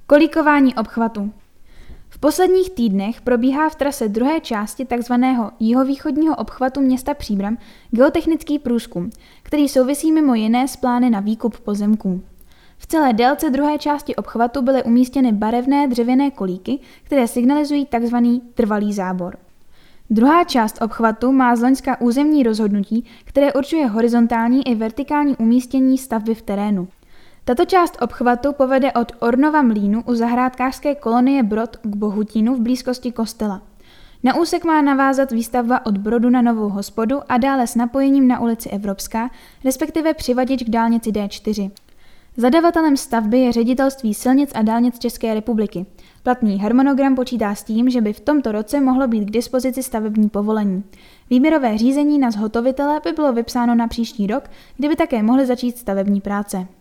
Kolíkování obchvatu. V posledních týdnech probíhá v trase druhé části tzv. Jihovýchodního obchvatu města Příbram geotechnický průzkum, který souvisí mimo jiné s plány na výkup pozemků. V celé délce druhé části obchvatu byly umístěny barevné dřevěné kolíky, které signalizují tzv. Trvalý zábor. Druhá část obchvatu má z loňska územní rozhodnutí, které určuje horizontální i vertikální umístění stavby v terénu. Tato část obchvatu povede od Ornova mlýnu u zahrádkářské kolonie Brod k Bohutínu v blízkosti kostela. Na úsek má navázat výstavba od Brodu na Novou Hospodu a dále s napojením na ulici Evropská, respektive přivaděč k dálnici D4. Zadavatelem stavby je Ředitelství silnic a dálnic České republiky. Platný harmonogram počítá s tím, že by v tomto roce mohlo být k dispozici stavební povolení. Výběrové řízení na zhotovitele by bylo vypsáno na příští rok, kdy by také mohly začít stavební práce.